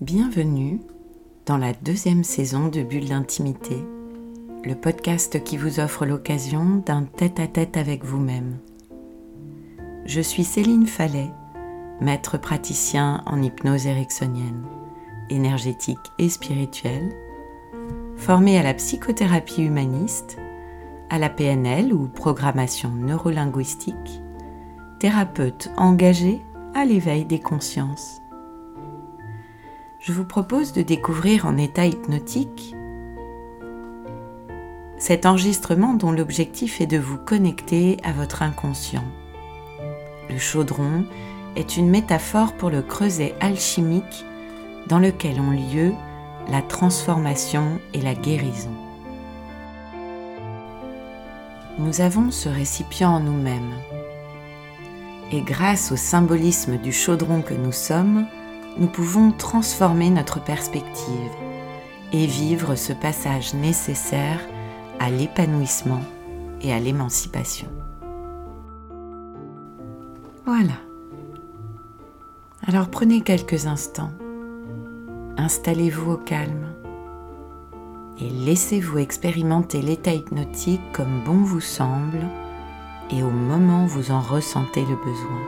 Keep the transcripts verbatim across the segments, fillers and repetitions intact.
Bienvenue dans la deuxième saison de Bulle d'intimité, le podcast qui vous offre l'occasion d'un tête-à-tête avec vous-même. Je suis Céline Fallet, maître praticien en hypnose ericksonienne, énergétique et spirituelle, formée à la psychothérapie humaniste, à la P N L ou programmation neurolinguistique, thérapeute engagée à l'éveil des consciences. Je vous propose de découvrir en état hypnotique cet enregistrement dont l'objectif est de vous connecter à votre inconscient. Le chaudron est une métaphore pour le creuset alchimique dans lequel ont lieu la transformation et la guérison. Nous avons ce récipient en nous-mêmes et grâce au symbolisme du chaudron que nous sommes, nous pouvons transformer notre perspective et vivre ce passage nécessaire à l'épanouissement et à l'émancipation. Voilà. Alors prenez quelques instants, installez-vous au calme et laissez-vous expérimenter l'état hypnotique comme bon vous semble et au moment où vous en ressentez le besoin.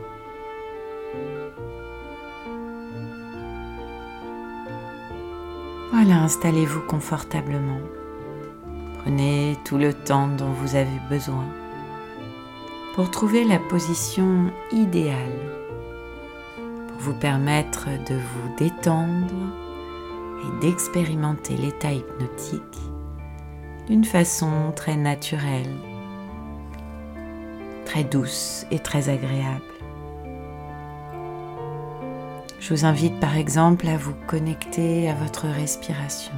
Voilà, installez-vous confortablement. Prenez tout le temps dont vous avez besoin pour trouver la position idéale pour vous permettre de vous détendre et d'expérimenter l'état hypnotique d'une façon très naturelle, très douce et très agréable. Je vous invite par exemple à vous connecter à votre respiration.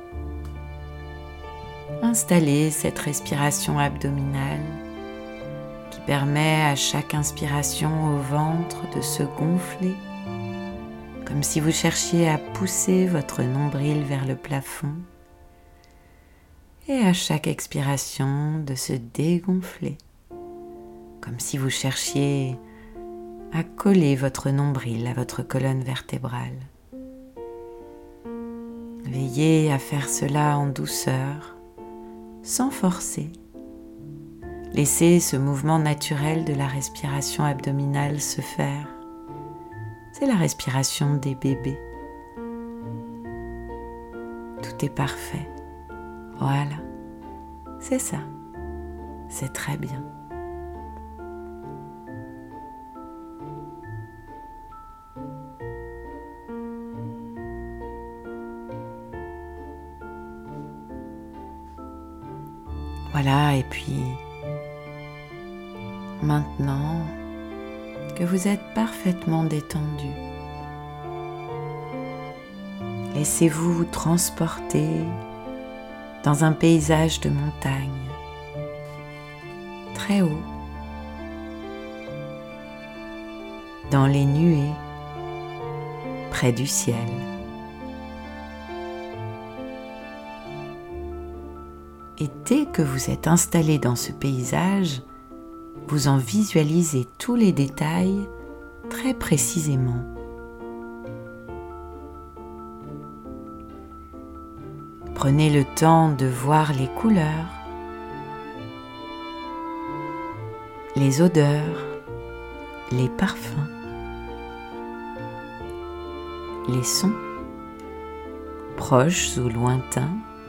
Installez cette respiration abdominale qui permet à chaque inspiration au ventre de se gonfler, comme si vous cherchiez à pousser votre nombril vers le plafond, et à chaque expiration de se dégonfler, comme si vous cherchiez à coller votre nombril à votre colonne vertébrale. Veillez à faire cela en douceur, sans forcer. Laissez ce mouvement naturel de la respiration abdominale se faire. C'est la respiration des bébés. Tout est parfait. Voilà, c'est ça. C'est très bien. Voilà, et puis maintenant que vous êtes parfaitement détendu, laissez-vous transporter dans un paysage de montagne, très haut, dans les nuées, près du ciel. Et dès que vous êtes installé dans ce paysage, vous en visualisez tous les détails très précisément. Prenez le temps de voir les couleurs, les odeurs, les parfums, les sons, proches ou lointains.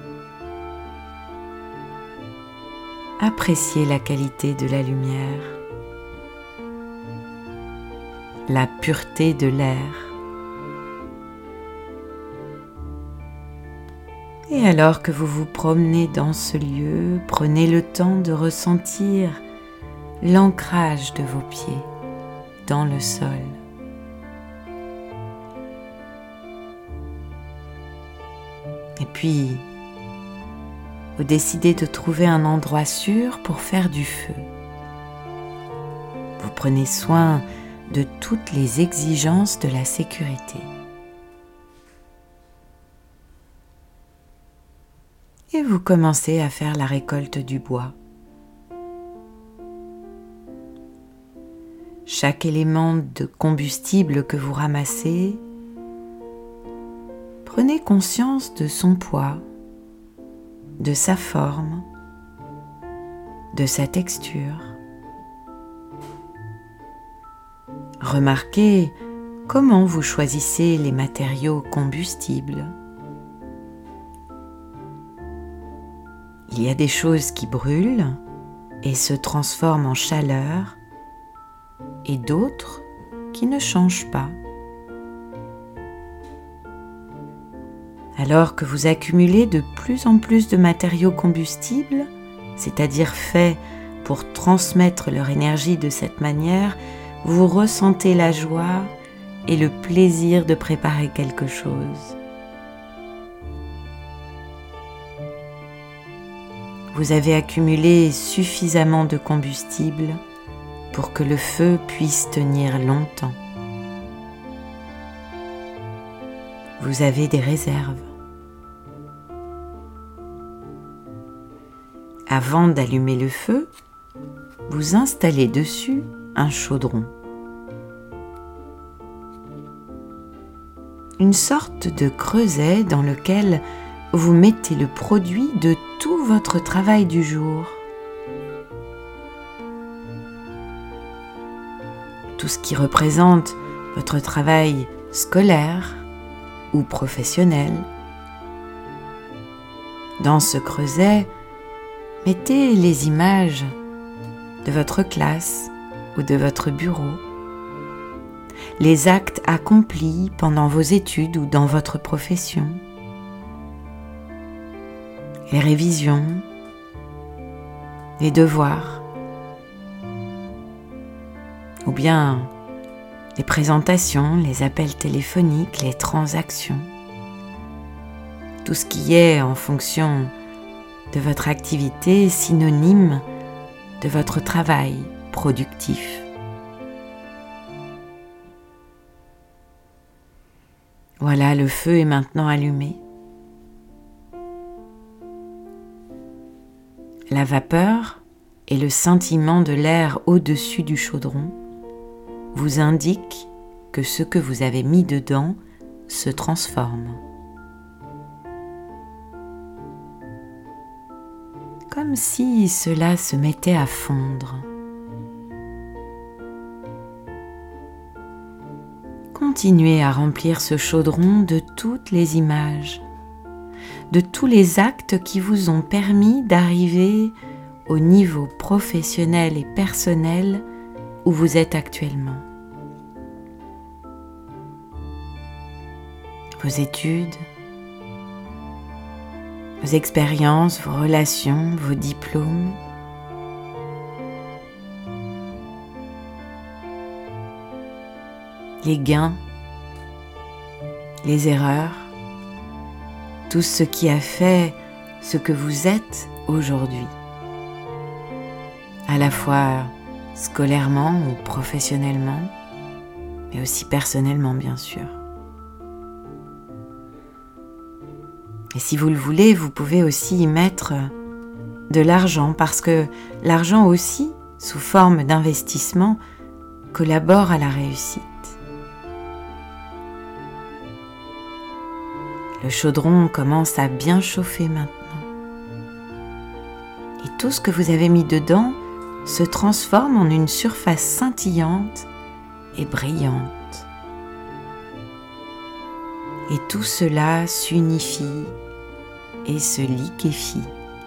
Appréciez la qualité de la lumière, la pureté de l'air. Et alors que vous vous promenez dans ce lieu, prenez le temps de ressentir l'ancrage de vos pieds dans le sol. Et puis, vous décidez de trouver un endroit sûr pour faire du feu. Vous prenez soin de toutes les exigences de la sécurité. Et vous commencez à faire la récolte du bois. Chaque élément de combustible que vous ramassez Prenez conscience de son poids, de sa forme, de sa texture. Remarquez comment vous choisissez les matériaux combustibles. Il y a des choses qui brûlent et se transforment en chaleur et d'autres qui ne changent pas. Alors que vous accumulez de plus en plus de matériaux combustibles, c'est-à-dire faits pour transmettre leur énergie de cette manière, vous ressentez la joie et le plaisir de préparer quelque chose. Vous avez accumulé suffisamment de combustible pour que le feu puisse tenir longtemps. Vous avez des réserves. Avant d'allumer le feu, vous installez dessus un chaudron. Une sorte de creuset dans lequel vous mettez le produit de tout votre travail du jour. Tout ce qui représente votre travail scolaire ou professionnel. Dans ce creuset, mettez les images de votre classe ou de votre bureau, les actes accomplis pendant vos études ou dans votre profession, les révisions, les devoirs, ou bien les présentations, les appels téléphoniques, les transactions, tout ce qui est en fonction de votre activité synonyme de votre travail productif. Voilà, le feu est maintenant allumé. La vapeur et le scintillement de l'air au-dessus du chaudron vous indiquent que ce que vous avez mis dedans se transforme. Comme si cela se mettait à fondre. Continuez à remplir ce chaudron de toutes les images, de tous les actes qui vous ont permis d'arriver au niveau professionnel et personnel où vous êtes actuellement. Vos études, vos expériences, vos relations, vos diplômes. Les gains, les erreurs, tout ce qui a fait ce que vous êtes aujourd'hui, à la fois scolairement ou professionnellement, mais aussi personnellement bien sûr. Et si vous le voulez, vous pouvez aussi y mettre de l'argent, parce que l'argent aussi, sous forme d'investissement, collabore à la réussite. Le chaudron commence à bien chauffer maintenant. Et tout ce que vous avez mis dedans se transforme en une surface scintillante et brillante. Et tout cela s'unifie et se liquéfie.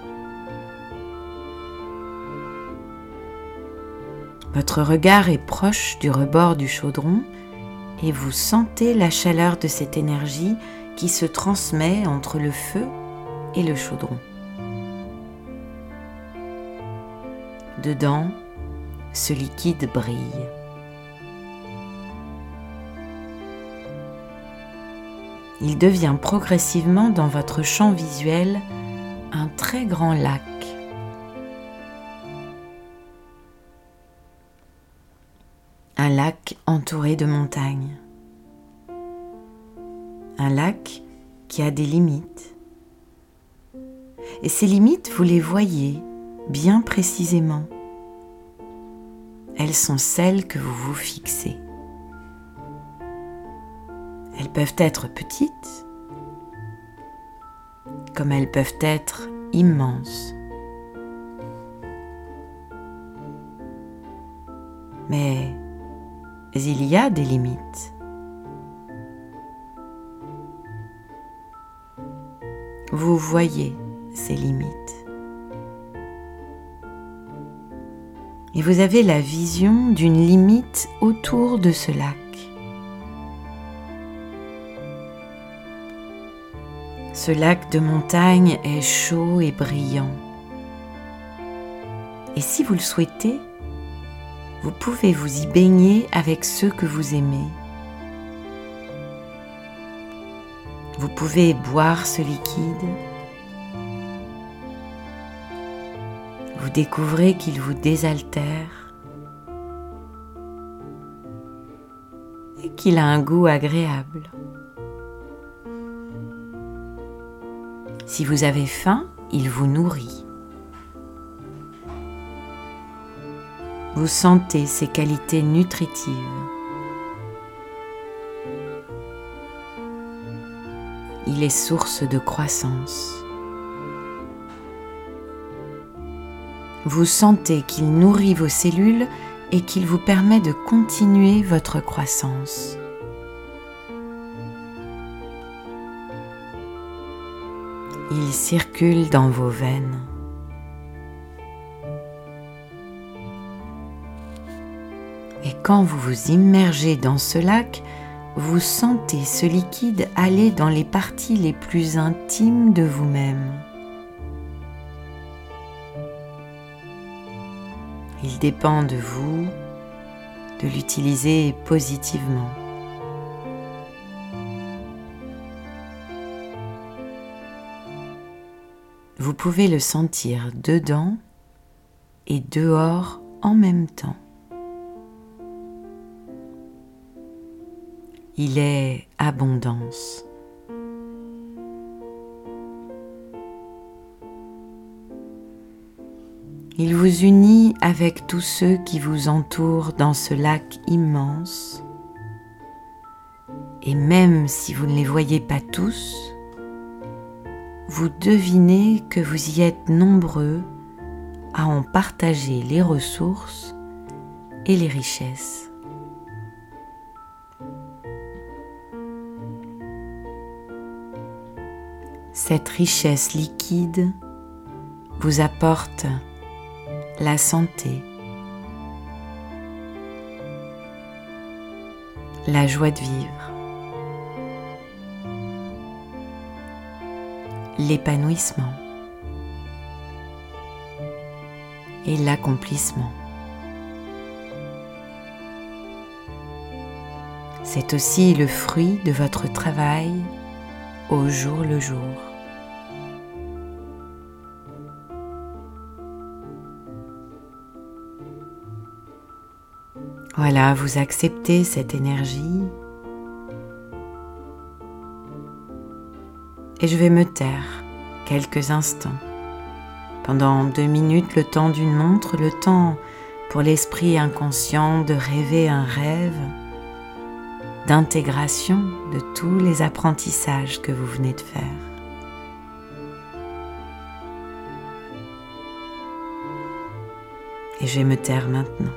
Votre regard est proche du rebord du chaudron et vous sentez la chaleur de cette énergie qui se transmet entre le feu et le chaudron. Dedans, ce liquide brille. Il devient progressivement dans votre champ visuel un très grand lac. Un lac entouré de montagnes. Un lac qui a des limites. Et ces limites, vous les voyez bien précisément. Elles sont celles que vous vous fixez. Elles peuvent être petites comme elles peuvent être immenses. Mais il y a des limites. Vous voyez ces limites. Et vous avez la vision d'une limite autour de ce lac. Ce lac de montagne est chaud et brillant. Et si vous le souhaitez, vous pouvez vous y baigner avec ceux que vous aimez. Vous pouvez boire ce liquide. Vous découvrez qu'il vous désaltère et qu'il a un goût agréable. Si vous avez faim, il vous nourrit. Vous sentez ses qualités nutritives. Il est source de croissance. Vous sentez qu'il nourrit vos cellules et qu'il vous permet de continuer votre croissance. Il circule dans vos veines. Et quand vous vous immergez dans ce lac, vous sentez ce liquide aller dans les parties les plus intimes de vous-même. Il dépend de vous de l'utiliser positivement. Vous pouvez le sentir dedans et dehors en même temps. Il est abondance. Il vous unit avec tous ceux qui vous entourent dans ce lac immense. Et même si vous ne les voyez pas tous, vous devinez que vous y êtes nombreux à en partager les ressources et les richesses. Cette richesse liquide vous apporte la santé, la joie de vivre, l'épanouissement et l'accomplissement. C'est aussi le fruit de votre travail au jour le jour. Voilà, vous acceptez cette énergie et je vais me taire quelques instants. Pendant deux minutes, le temps d'une montre, le temps pour l'esprit inconscient de rêver un rêve d'intégration de tous les apprentissages que vous venez de faire. Et je vais me taire maintenant.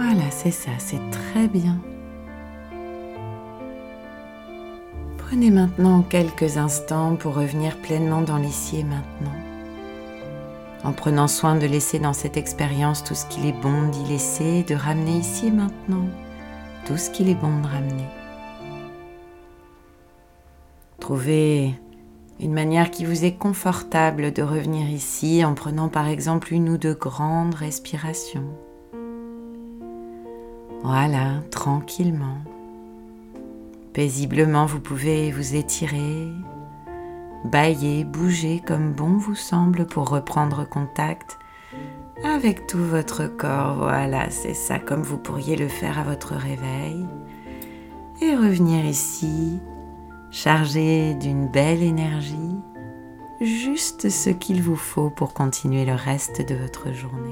Voilà, c'est ça, c'est très bien. Prenez maintenant quelques instants pour revenir pleinement dans l'ici et maintenant, en prenant soin de laisser dans cette expérience tout ce qu'il est bon d'y laisser, de ramener ici et maintenant tout ce qu'il est bon de ramener. Trouvez une manière qui vous est confortable de revenir ici en prenant par exemple une ou deux grandes respirations. Voilà, tranquillement. Paisiblement, vous pouvez vous étirer, bâiller, bouger comme bon vous semble pour reprendre contact avec tout votre corps. Voilà, c'est ça, comme vous pourriez le faire à votre réveil. Et revenir ici, chargé d'une belle énergie, juste ce qu'il vous faut pour continuer le reste de votre journée.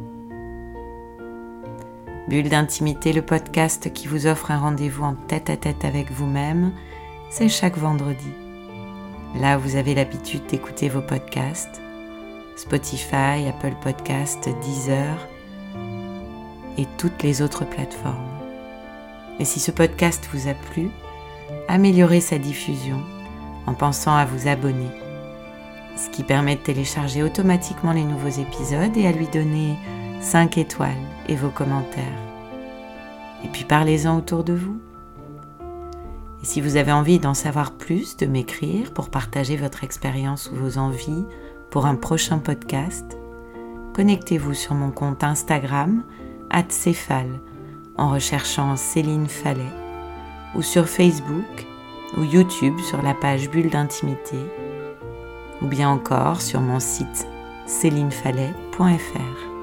Bulle d'intimité, le podcast qui vous offre un rendez-vous en tête-à-tête avec vous-même, c'est chaque vendredi. Là, vous avez l'habitude d'écouter vos podcasts, Spotify, Apple Podcasts, Deezer et toutes les autres plateformes. Et si ce podcast vous a plu, améliorez sa diffusion en pensant à vous abonner, ce qui permet de télécharger automatiquement les nouveaux épisodes et à lui donner cinq étoiles et vos commentaires. Et puis parlez-en autour de vous. Et si vous avez envie d'en savoir plus, de m'écrire pour partager votre expérience ou vos envies pour un prochain podcast, connectez-vous sur mon compte Instagram arobase céphale en recherchant Céline Fallet ou sur Facebook ou YouTube sur la page Bulle d'intimité ou bien encore sur mon site céline fallet point f r.